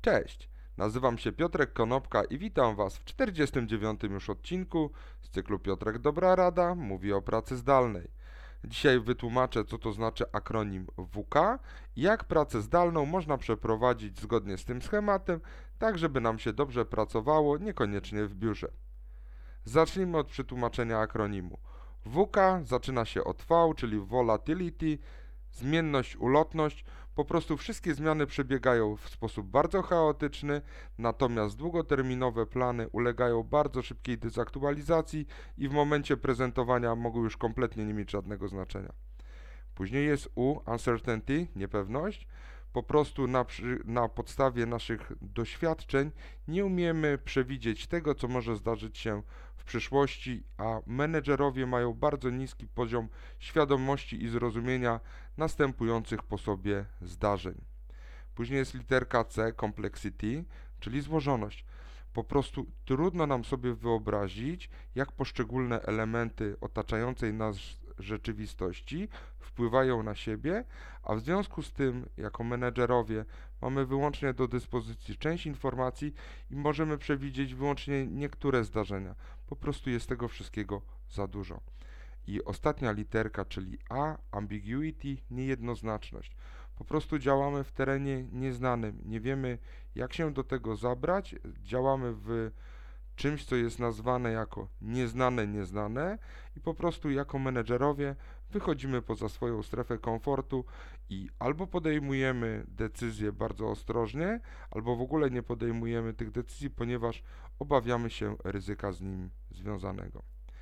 Cześć, nazywam się Piotrek Konopka i witam Was w 49. już odcinku z cyklu Piotrek Dobra Rada mówi o pracy zdalnej. Dzisiaj wytłumaczę, co to znaczy akronim WK i jak pracę zdalną można przeprowadzić zgodnie z tym schematem, tak żeby nam się dobrze pracowało, niekoniecznie w biurze. Zacznijmy od przetłumaczenia akronimu. WK zaczyna się od V, czyli volatility, zmienność, ulotność. Po prostu wszystkie zmiany przebiegają w sposób bardzo chaotyczny, natomiast długoterminowe plany ulegają bardzo szybkiej dezaktualizacji i w momencie prezentowania mogą już kompletnie nie mieć żadnego znaczenia. Później jest U, uncertainty, niepewność. Po prostu na podstawie naszych doświadczeń nie umiemy przewidzieć tego, co może zdarzyć się w przyszłości, a menedżerowie mają bardzo niski poziom świadomości i zrozumienia następujących po sobie zdarzeń. Później jest literka C, complexity, czyli złożoność. Po prostu trudno nam sobie wyobrazić, jak poszczególne elementy otaczającej nas rzeczywistości wpływają na siebie, a w związku z tym, jako menedżerowie, mamy wyłącznie do dyspozycji część informacji i możemy przewidzieć wyłącznie niektóre zdarzenia. Po prostu jest tego wszystkiego za dużo. I ostatnia literka, czyli A, ambiguity, niejednoznaczność. Po prostu działamy w terenie nieznanym, nie wiemy, jak się do tego zabrać, działamy w czymś, co jest nazwane jako nieznane i po prostu jako menedżerowie wychodzimy poza swoją strefę komfortu i albo podejmujemy decyzje bardzo ostrożnie, albo w ogóle nie podejmujemy tych decyzji, ponieważ obawiamy się ryzyka z nim związanego.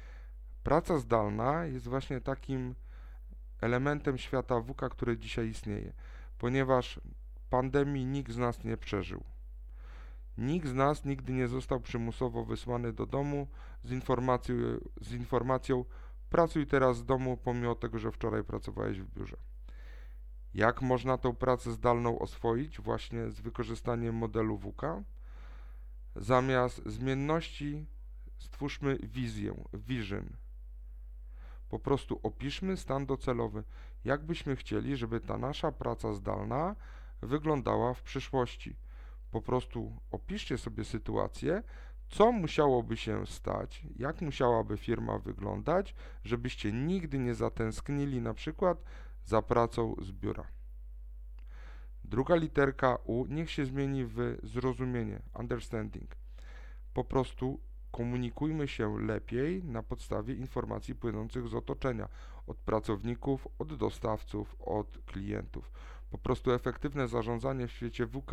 Praca zdalna jest właśnie takim elementem świata WK, który dzisiaj istnieje, ponieważ pandemii nikt z nas nie przeżył. Nikt z nas nigdy nie został przymusowo wysłany do domu z informacją pracuj teraz z domu, pomimo tego, że wczoraj pracowałeś w biurze. Jak można tą pracę zdalną oswoić właśnie z wykorzystaniem modelu WK? Zamiast zmienności stwórzmy wizję, vision. Po prostu opiszmy stan docelowy, jak byśmy chcieli, żeby ta nasza praca zdalna wyglądała w przyszłości. Po prostu opiszcie sobie sytuację, co musiałoby się stać, jak musiałaby firma wyglądać, żebyście nigdy nie zatęsknili na przykład za pracą z biura. Druga literka U niech się zmieni w zrozumienie, understanding. Po prostu komunikujmy się lepiej na podstawie informacji płynących z otoczenia, od pracowników, od dostawców, od klientów. Po prostu efektywne zarządzanie w świecie WK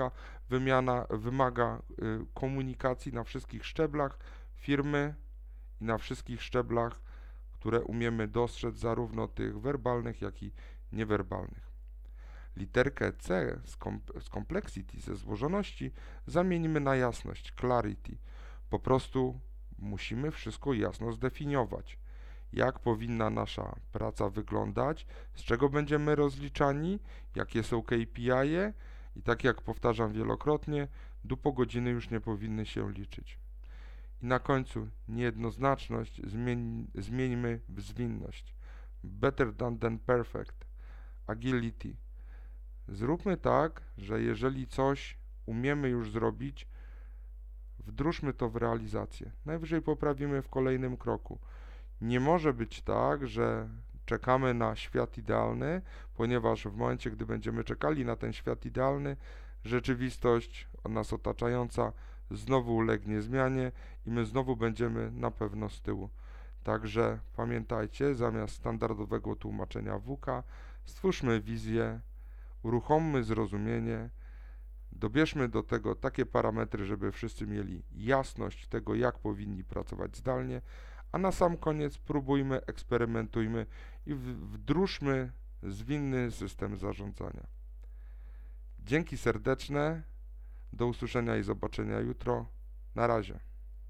wymaga komunikacji na wszystkich szczeblach firmy i na wszystkich szczeblach, które umiemy dostrzec, zarówno tych werbalnych, jak i niewerbalnych. Literkę C z complexity, ze złożoności, zamienimy na jasność, clarity. Po prostu musimy wszystko jasno zdefiniować. Jak powinna nasza praca wyglądać, z czego będziemy rozliczani, jakie są KPI-e i tak jak powtarzam wielokrotnie, godziny już nie powinny się liczyć. I na końcu niejednoznaczność zmieńmy w zwinność. Better than perfect. Agility. Zróbmy tak, że jeżeli coś umiemy już zrobić, wdróżmy to w realizację. Najwyżej poprawimy w kolejnym kroku. Nie może być tak, że czekamy na świat idealny, ponieważ w momencie, gdy będziemy czekali na ten świat idealny, rzeczywistość nas otaczająca znowu ulegnie zmianie i my znowu będziemy na pewno z tyłu. Także pamiętajcie, zamiast standardowego tłumaczenia WK, stwórzmy wizję, uruchommy zrozumienie, dobierzmy do tego takie parametry, żeby wszyscy mieli jasność tego, jak powinni pracować zdalnie, a na sam koniec próbujmy, eksperymentujmy i wdróżmy zwinny system zarządzania. Dzięki serdeczne, do usłyszenia i zobaczenia jutro. Na razie.